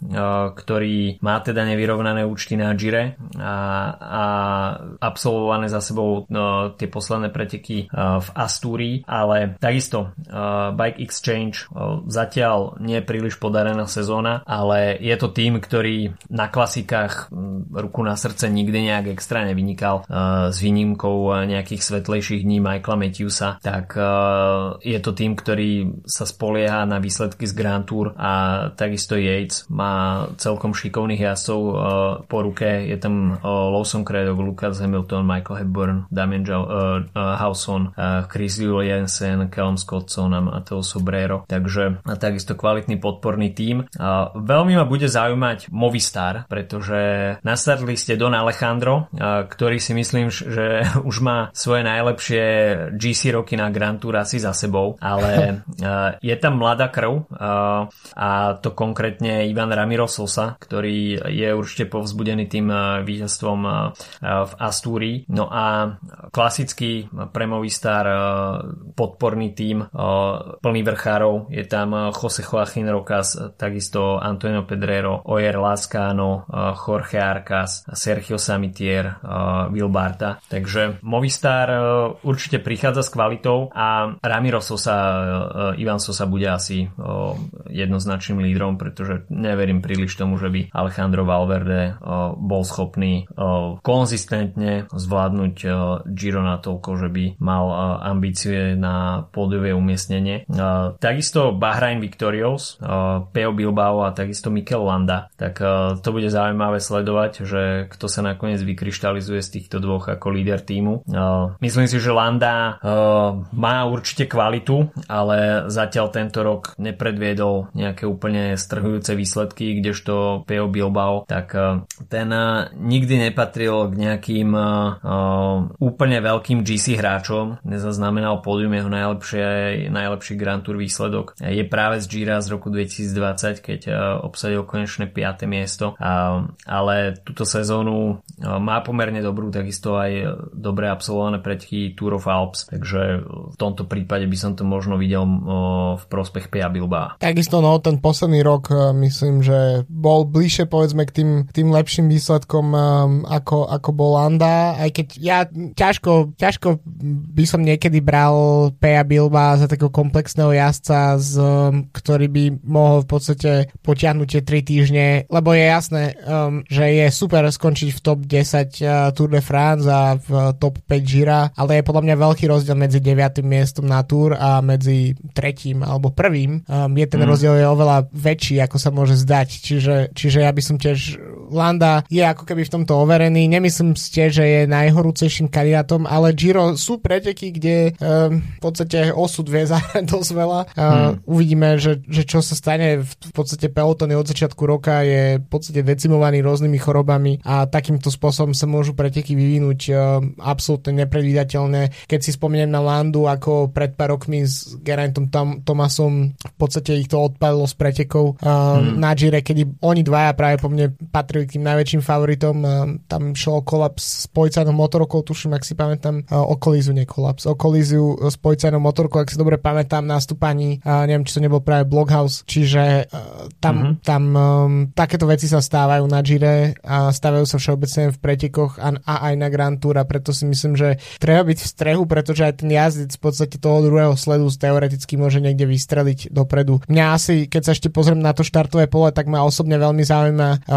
ktorý má teda nevyrovnané účty na Gire a, a absolvované za sebou no, tie posledné preteky uh, v Astúrii, ale takisto uh, Bike Exchange uh, zatiaľ nie je príliš podarená sezóna, ale je to tým, ktorý na klasikách um, ruku na srdce nikdy nejak extra nevynikal, uh, s výnimkou uh, nejakých svetlejších dní Michaela Matthewsa, tak uh, je to tým, ktorý sa spolieha na výsledky z Grand Tour a takisto Yates má celkom šikovných jazdcov uh, po ruke. Je tam uh, Lawson Craddock, Lucas Hamilton, Michael Hepburn, Damien jo- uh, uh, Hawson, uh, Chris Juliansen, Callum Scottson a Matteo Sobrero. Takže a takisto kvalitný podporný tím. Uh, veľmi ma bude zaujímať Movistar, pretože na start liste Don Alejandro, uh, ktorý si myslím, že už má svoje najlepšie gé cé roky na Grand Tour asi za sebou, ale uh, je tam mladá krv uh, a to konkrétne Ivan Ramiro Sosa, ktorý je určite povzbudený tým uh, víťazstvom uh, v Astúrii. No a klasický pre Movistar uh, podporný tím uh, plný vrchárov. Je tam uh, Jose Joaquín Rocas, takisto Antonio Pedrero, Oyer Lascano, uh, Jorge Arcas, Sergio Samitier, uh, Will Barta. Takže Movistar uh, určite prichádza s kvalitou a Ramiro Sosa, uh, Ivan Sosa bude asi uh, jednoznačným lídrom, pretože neverím príliš tomu, že by Alejandro Valverde uh, bol schopný uh, konzistentne zvládnuť uh, Giro natoľko, že by mal uh, ambície na pódiové umiestnenie. Uh, takisto Bahrain Victorious, uh, Peo Bilbao a takisto Mikel Landa. Tak uh, to bude zaujímavé sledovať, že kto sa nakoniec vykryštalizuje z týchto dvoch ako líder týmu. Uh, myslím si, že Landa uh, má určite kvalitu, ale zatiaľ tento rok nepredviedol nejaké úplne strhujúce výsledky, kdežto Peo Bilbao, tak uh, ten uh, nikdy nepatril k nejakým uh, uh, úplne veľkým gé cé hráčom. Nezaznamenal pódium, jeho najlepšie, najlepší Grand Tour výsledok je práve z Gira z roku dvetisícdvadsať, keď uh, obsadil konečné piate miesto. Uh, ale túto sezónu uh, má pomerne dobrú, takisto aj dobre absolvované preteky Tour of Alps, takže v tomto prípade by som to možno videl uh, v prospech Pea Bilbao. Takisto no, ten posledný rok uh, myslím, že bol bližšie povedzme k tým, tým lepším výsledkom um, ako, ako bol Landa, aj keď ja ťažko, ťažko by som niekedy bral Pea Bilbao za takého komplexného jazdca, z, um, ktorý by mohol v podstate potiahnuť tie tri týždne, lebo je jasné, um, že je super skončiť v top desať uh, Tour de France a v top päť Gira, ale je podľa mňa veľký rozdiel medzi deviatym miestom na Tour a medzi tretím alebo prvým. Um, je ten mm. rozdiel je oveľa väčší, ako sa môže zdať, čiže, čiže ja by som tiež Landa je ako keby v tomto overený, nemyslím si tiež, že je najhorúcejším kandidátom, ale Giro sú preteky, kde um, v podstate osud vie zahrať dosť veľa. Uh, hmm. Uvidíme, že, že čo sa stane. V podstate peloton od začiatku roka je v podstate decimovaný rôznymi chorobami a takýmto spôsobom sa môžu preteky vyvinúť uh, absolútne nepredvídateľné. Keď si spomeniem na Landu, ako pred pár rokmi s Gerantom Tom, Thomasom v podstate ich to odpadlo z pretekov uh, hmm. na Gire, kedy oni dvaja práve po mne patrili k tým najväčším favoritom. Uh, tam šlo kolaps s policajnou motorkou, tuším, ak si pamätám, uh, o kolíziu, nie kolaps, o kolíziu s policajnou motorkou, ak si dobre pamätám, na stúpaní, uh, neviem, či to nebol práve Blockhouse, čiže uh, tam, mm-hmm. tam um, takéto veci sa stávajú na Gire a stávajú sa všeobecne v pretekoch a, a aj na Grand Tour a preto si myslím, že treba byť v strehu, pretože aj ten jazdec v podstate toho druhého sledu teoreticky môže niekde vystreliť dopredu. Mňa asi, keď sa ešte pozriem na to štartové pole, tak ma osobne veľmi zaujíma uh, taký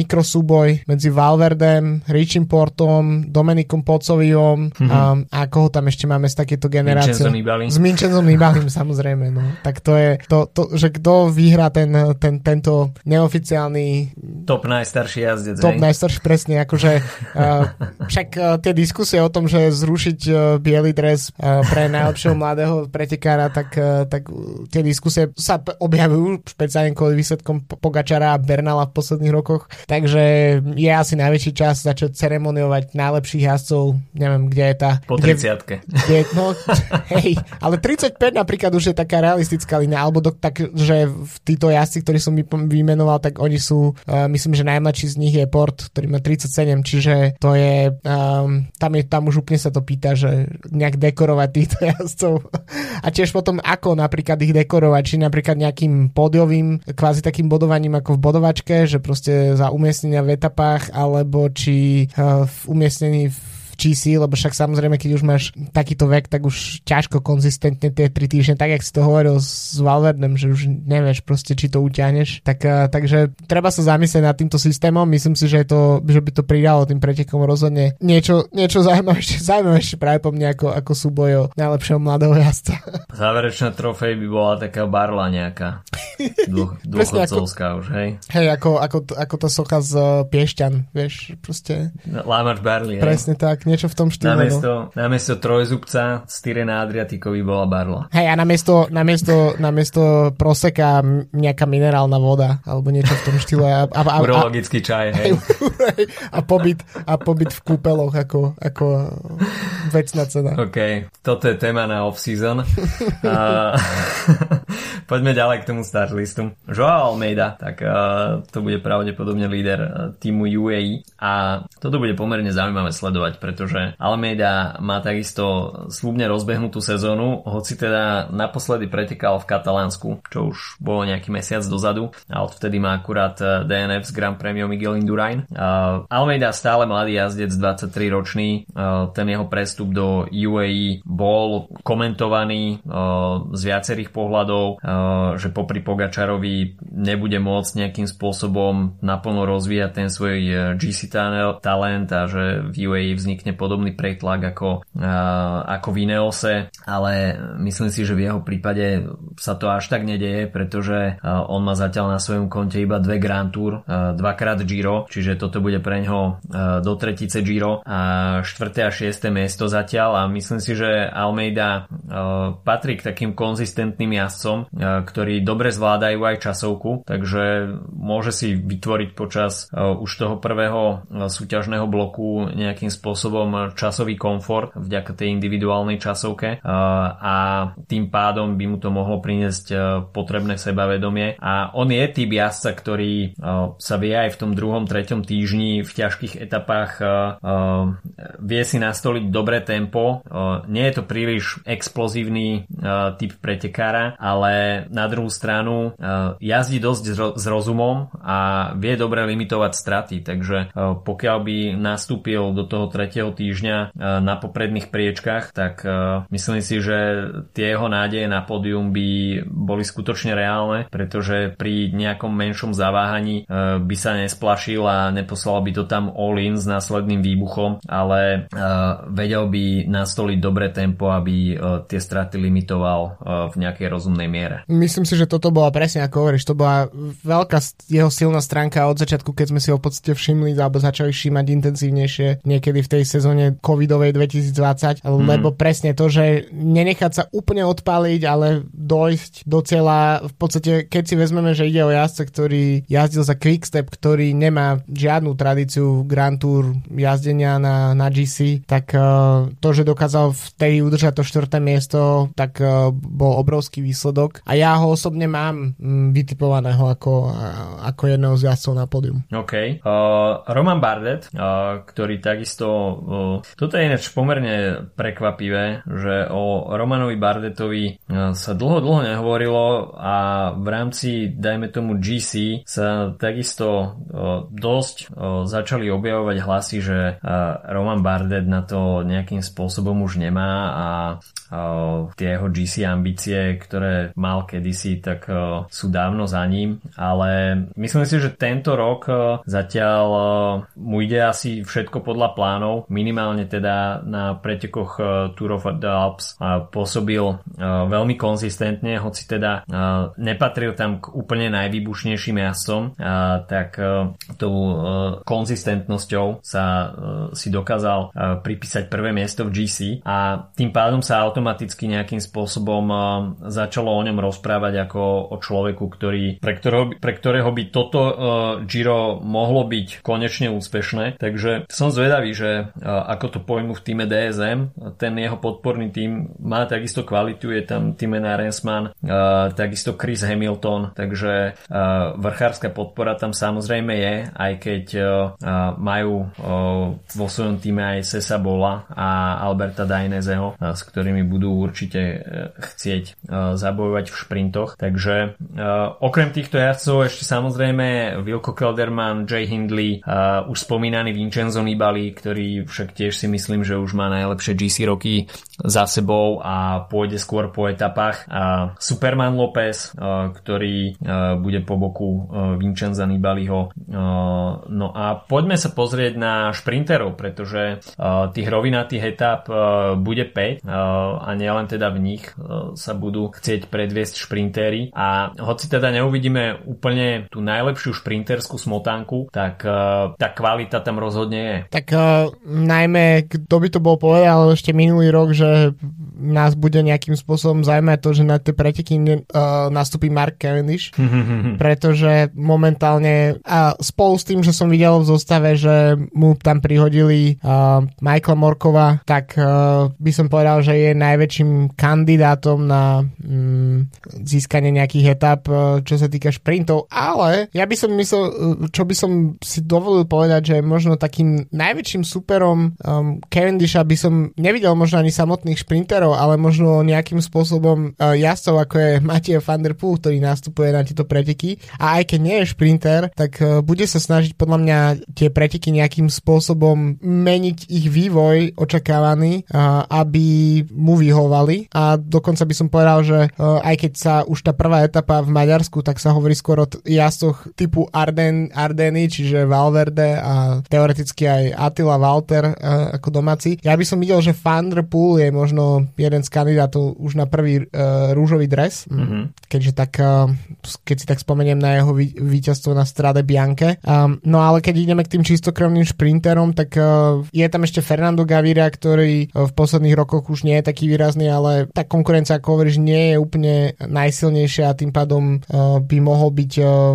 mikrosúboj medzi Valverdem, Richim Portom, Dominikom Pocoviom mm-hmm. a, a koho tam ešte máme z takéto generácie. Vincenzo Nibali. S Vincenzo Nibalim, samozrejme. No. Tak to je, to, to, že kto vyhrá ten, ten, tento neoficiálny top najstarší jazdec. Top hej? najstarší, presne. Akože, uh, však uh, tie diskusie o tom, že zrušiť uh, biely dres uh, pre najlepšieho mladého pretekára, tak, uh, tak uh, tie diskusie sa p- objavujú špeciálne kvôli výsledkom Pogačara a Bernala v posledných rokoch. Takže je asi najväčší čas začať ceremoniovať najlepších jazdcov. Neviem, kde je tá... Po tridsiatke. Kde, no, hej, ale tridsaťpäť napríklad už je taká realistická línia, alebo do, tak, že títo jazdci, ktorí som vymenoval, tak oni sú, uh, myslím, že najmladší z nich je Port, ktorý má tridsaťsedem, čiže to je, um, tam je, tam už úplne sa to pýta, že nejak dekorovať týchto jazdcov. A tiež potom ako napríklad ich dekorovať, či napríklad nejakým pódiovým, kvázi takým bodovaním ako v bodovačke, že proste za umiestnenia v etapách, alebo či uh, v umiestnení v čísi, lebo však samozrejme, keď už máš takýto vek, tak už ťažko konzistentne tie tri týždne, tak jak si to hovoril s Valverdem, že už nevieš proste, či to utiahneš. Tak, uh, takže treba sa zamyslieť nad týmto systémom. Myslím si, že, je to, že by to pridalo tým pretekom rozhodne niečo, niečo zaujímavejšie, zaujímavejšie práve po mne ako, ako súboj o najlepšieho mladého jazdca. Záverečná trofej by bola taká barla nejaká. Dô, dôchodcovská už, hej? Hej, ako, ako, ako tá socha z uh, Piešťan, vieš, proste. Lámač Barley, presne hej? Tak. Niečo v tom štýle. Namiesto, no. namiesto trojzubca z Tyrena Adriatikovi bola barla. Hej, a namiesto, namiesto, namiesto proseka nejaká minerálna voda, alebo niečo v tom štýle. A, a, a, urologický čaj, hej. A pobyt, a pobyt v kúpeloch ako, ako vecná cena. OK, toto je téma na off-season. uh, poďme ďalej k tomu startlistu. Joao Almeida, tak uh, to bude pravdepodobne líder uh, týmu U A E a toto bude pomerne zaujímavé sledovať, pretože Almeida má takisto slúbne rozbehnutú sezónu, hoci teda naposledy pretekal v Katalánsku, čo už bolo nejaký mesiac dozadu a odvtedy má akurát D N F z Grand Premio Miguel Indurain. Uh, Almeida stále mladý jazdec, dvadsaťtri ročný, uh, ten jeho prestup do U A E bol komentovaný uh, z viacerých pohľadov, uh, že popri Pogačarovi nebude môcť nejakým spôsobom naplno rozvíjať ten svoj G C talent a že v U A E vznikne podobný pretlak ako, uh, ako v Ineose, ale myslím si, že v jeho prípade sa to až tak nedeje, pretože uh, on má zatiaľ na svojom konte iba dve Grand Tour, uh, dvakrát Giro, čiže toto bude pre ňoho uh, do tretice Giro a štvrté a šieste miesto zatiaľ a myslím si, že Almeida uh, patrí k takým konzistentným jazdcom, uh, ktorí dobre zvládajú aj časovku, takže môže si vytvoriť počas uh, už toho prvého uh, súťažného bloku nejakým spôsobom časový komfort vďaka tej individuálnej časovke a tým pádom by mu to mohlo priniesť potrebné sebavedomie a on je typ jazdca, ktorý sa vie aj v tom druhom, treťom týždni v ťažkých etapách vie si nastoliť dobré tempo. Nie je to príliš explozívny typ pretekára, ale na druhú stranu jazdí dosť s rozumom a vie dobre limitovať straty, takže pokiaľ by nastúpil do toho tretieho týždňa na popredných priečkách, tak myslím si, že tie jeho nádeje na pódium by boli skutočne reálne, pretože pri nejakom menšom zaváhaní by sa nesplašil a neposlal by to tam all-in s následným výbuchom, ale vedel by nastoliť dobré tempo, aby tie straty limitoval v nejakej rozumnej miere. Myslím si, že toto bola presne ako hovoríš, to bola veľká jeho silná stránka od začiatku, keď sme si ho v podstate všimli alebo začali všímať intenzívnejšie niekedy v tej sezóne covidovej dvetisícdvadsať, mm. lebo presne to, že nenechať sa úplne odpáliť, ale dojsť do cieľa, v podstate keď si vezmeme, že ide o jazdca, ktorý jazdil za Quickstep, ktorý nemá žiadnu tradíciu Grand Tour jazdenia na, na G C, tak uh, to, že dokázal v tej udržať to štvrté miesto, tak uh, bol obrovský výsledok a ja ho osobne mám um, vytipovaného ako, uh, ako jedného z jazdcov na pódium. OK. Uh, Roman Bardet, uh, ktorý takisto uh, toto je ináč pomerne prekvapivé, že o Romanovi Bardetovi uh, sa dlho toho dlho nehovorilo a v rámci, dajme tomu gé cé, sa takisto dosť začali objavovať hlasy, že Roman Bardet na to nejakým spôsobom už nemá a tie jeho gé cé ambície, ktoré mal kedysi, tak sú dávno za ním, ale myslím si, že tento rok zatiaľ mu ide asi všetko podľa plánov, minimálne teda na pretekoch Tour of the Alps pôsobil veľmi konzistentne, hoci teda nepatril tam k úplne najvýbušnejším jazdcom, tak tou konzistentnosťou sa si dokázal pripísať prvé miesto v gé cé a tým pádom sa automaticky nejakým spôsobom začalo o ňom rozprávať ako o človeku, ktorý, pre, ktorého, pre ktorého by toto Giro mohlo byť konečne úspešné. Takže som zvedavý, že ako to pojmu v týme dé es em, ten jeho podporný tím má takisto kvalitu, je tam Timena Rensman, takisto Chris Hamilton, takže vrchárska podpora tam samozrejme je, aj keď majú vo svojom týme aj Sessa Bola a Alberta Daineseho, s ktorými budú určite chcieť zabojovať v šprintoch. Takže okrem týchto jazdcov ešte samozrejme Wilco Kelderman, Jay Hindley, už spomínaný Vincenzo Nibali, ktorý však tiež si myslím, že už má najlepšie gé cé roky za sebou a pôjde skôr po etapách. Superman Lopez, ktorý bude po boku Vincenza Nibaliho. No a poďme sa pozrieť na šprinterov, pretože tých rovinatých etap bude päť a nielen teda v nich sa budú chcieť predviesť šprintéri a hoci teda neuvidíme úplne tú najlepšiu šprinterskú smotánku, tak tá kvalita tam rozhodne je. Tak uh, najmä, kto by to bol povedal ešte minulý rok, že nás bude nejakým spôsobom zaujímať to, že na tie preteky uh, nastúpi Mark Cavendish, pretože momentálne a spolu s tým, že som videl v zostave, že mu tam prihodili uh, Michaela Morkova, tak uh, by som povedal, že je najväčším kandidátom na um, získanie nejakých etap, uh, čo sa týka šprintov, ale ja by som myslel, čo by som si dovolil povedať, že možno takým najväčším superom um, Cavendisha by som nevidel možno ani samotných šprinterov, ale možno nejakým spôsobom uh, jazdcov, ako je Mathieu van der Poel, ktorý nastupuje na tieto preteky a aj keď nie je šprinter, tak uh, bude sa snažiť podľa mňa tie preteky nejakým spôsobom meniť ich vývoj očakávaný, uh, aby mu vyhovali a dokonca by som povedal, že uh, aj keď sa už tá prvá etapa v Maďarsku, tak sa hovorí skôr o jazdcoch typu Arden, Ardeny, čiže Valverde a teoreticky aj Attila Valter uh, ako domáci. Ja by som videl, že Van der Poel je možno jeden z kandidátov už na prvý uh, rúžový dres, mm-hmm. keďže tak, uh, keď si tak spomeniem na jeho ví- víťazstvo na Strade Bianche. Um, no ale keď ideme k tým čistokrvným šprinterom, tak uh, je tam ešte Fernando Gaviria, ktorý uh, v posledných rokoch už nie je taký výrazný, ale tá konkurencia, ako hovoríš, nie je úplne najsilnejšia a tým pádom uh, by mohol byť uh,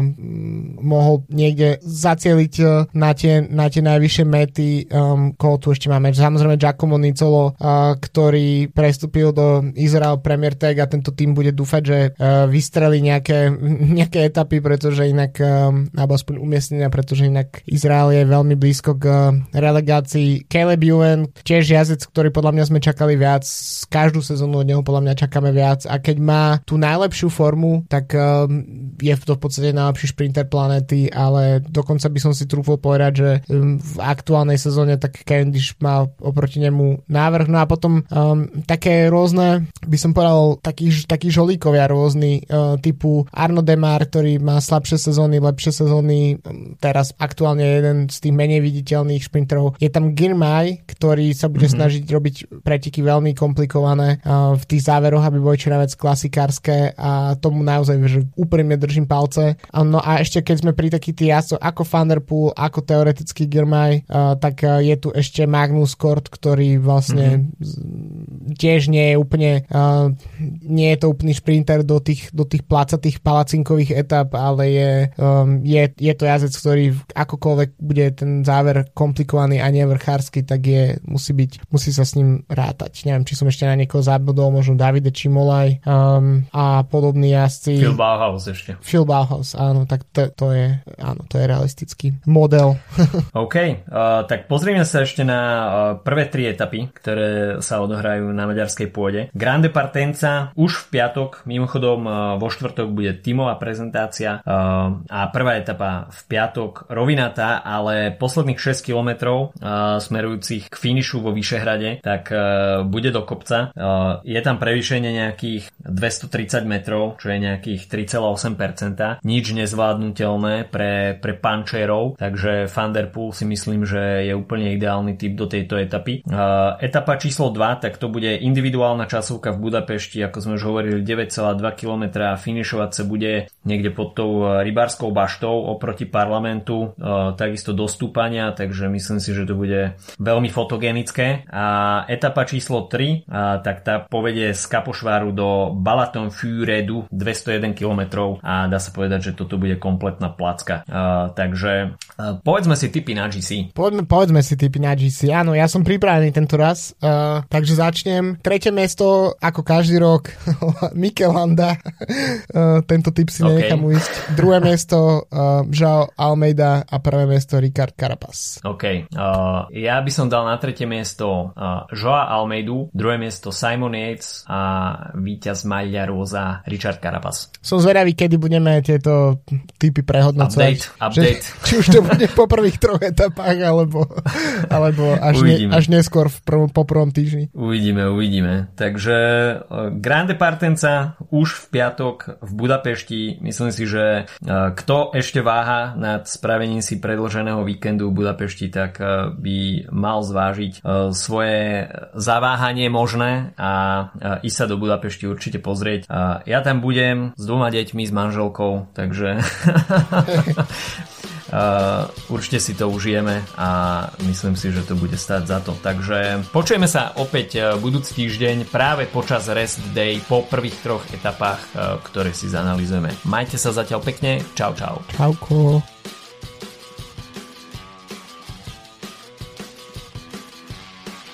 mohol niekde zacieliť uh, na, tie, na tie najvyššie mety. Um, koho tu ešte máme? Samozrejme Giacomo Nizzolo, uh, ktorý prestúpil do Israel Premier Tech a tento tým bude dúfať, že uh, vystrelí nejaké, nejaké etapy, pretože inak um, alebo aspoň umiestnenia, pretože inak Izrael je veľmi blízko k uh, relegácii. Caleb Ewan, tiež jazdec, ktorý podľa mňa sme čakali viac, každú sezónu od neho podľa mňa čakáme viac a keď má tú najlepšiu formu, tak um, je to v podstate najlepší šprinter planéty, ale dokonca by som si trúfol povedať, že um, v aktuálnej sezóne tak Cavendish má oproti nemu návrh. No a potom um, také rôzne, by som povedal, takí, takí žolíkovia rôzni, uh, typu Arnaud Démare, ktorý má slabšie sezóny, lepšie sezóny, um, teraz aktuálne jeden z tých menej viditeľných šprinterov. Je tam Girmay, ktorý sa bude mm-hmm. snažiť robiť preteky veľmi komplikované uh, v tých záveroch, aby boli čo najviac klasikárske a tomu naozaj, že úprimne držím palce. Uh, no a ešte keď sme pri takých tých jazdcoch ako Van der Poel, ako teoreticky Girmay, uh, tak uh, je tu ešte Magnus Kort, ktorý vlastne mm-hmm. tiež nie je úplne uh, nie je to úplný šprinter do tých, do tých placatých palacinkových etap, ale je, um, je, je to jazdec, ktorý akokoľvek bude ten záver komplikovaný a nevrchársky, tak je, musí byť, musí sa s ním rátať. Neviem, či som ešte na niekoho zabudol, možno Davide Čimolaj um, a podobní jazdci. Phil Bauhaus ešte. Phil Bauhaus, áno, tak to, to je áno, to je realistický model. OK, uh, tak pozrieme sa ešte na uh, prvé tri etapy, ktoré sa odohrajú na maďarskej pôde. Grande Partenza už už v piatok, mimochodom vo štvrtok bude tímová prezentácia a prvá etapa v piatok rovinatá, ale posledných šesť kilometrov smerujúcich k finišu vo Vyšehrade, tak bude do kopca. Je tam prevýšenie nejakých dvestotridsať metrov, čo je nejakých tri celé osem percenta. Nič nezvládnutelné pre, pre pančerov, takže Van der Poel si myslím, že je úplne ideálny typ do tejto etapy. Etapa číslo dva, tak to bude individuálna časovka v Budapešti, ako sme už hovorili, deväť celé dva kilometra, finišovať sa bude niekde pod tou rybárskou baštou oproti parlamentu, takisto do stúpania, takže myslím si, že to bude veľmi fotogenické. A etapa číslo tri, tak tá povedie z Kapošváru do Balatonführedu dvestojeden kilometrov a dá sa povedať, že toto bude kompletná placka. Takže povedzme si tipy na gé cé. Poďme, povedzme si tipy na gé cé. Áno, ja som pripravený tento raz, uh, takže začnem. Tretie miesto, ako každý rok, Mikel Landa. uh, tento tip si okay. nenechám ujsť. Druhé miesto uh, Joao Almeida a prvé miesto Ricard Carapaz. OK. Uh, ja by som dal na tretie miesto uh, Joao Almeidu, druhé miesto Simon Yates a víťaz Maglia Rosa Richard Carapaz. Som zvedavý, kedy budeme tieto typy prehodnocovať. Update, update. Že, či už to bude po prvých troch etapách, alebo, alebo až, ne, až neskôr v prvom, po prvom týždni. Uvidíme, uvidíme. Takže Grande Partenza už v piatok v Budapešti. Myslím si, že kto ešte váha nad spravením si predĺženého víkendu v Budapešti, tak by mal zvážiť svoje zaváhanie možné a ísť sa do Budapešti určite pozrieť. Ja tam budem s dvoma deťmi, s manželkou, takže Uh, určite si to užijeme a myslím si, že to bude stáť za to. Takže počujeme sa opäť budúci týždeň práve počas Rest Day po prvých troch etapách, uh, ktoré si zanalizujeme. Majte sa zatiaľ pekne. Čau, čau. Čauko.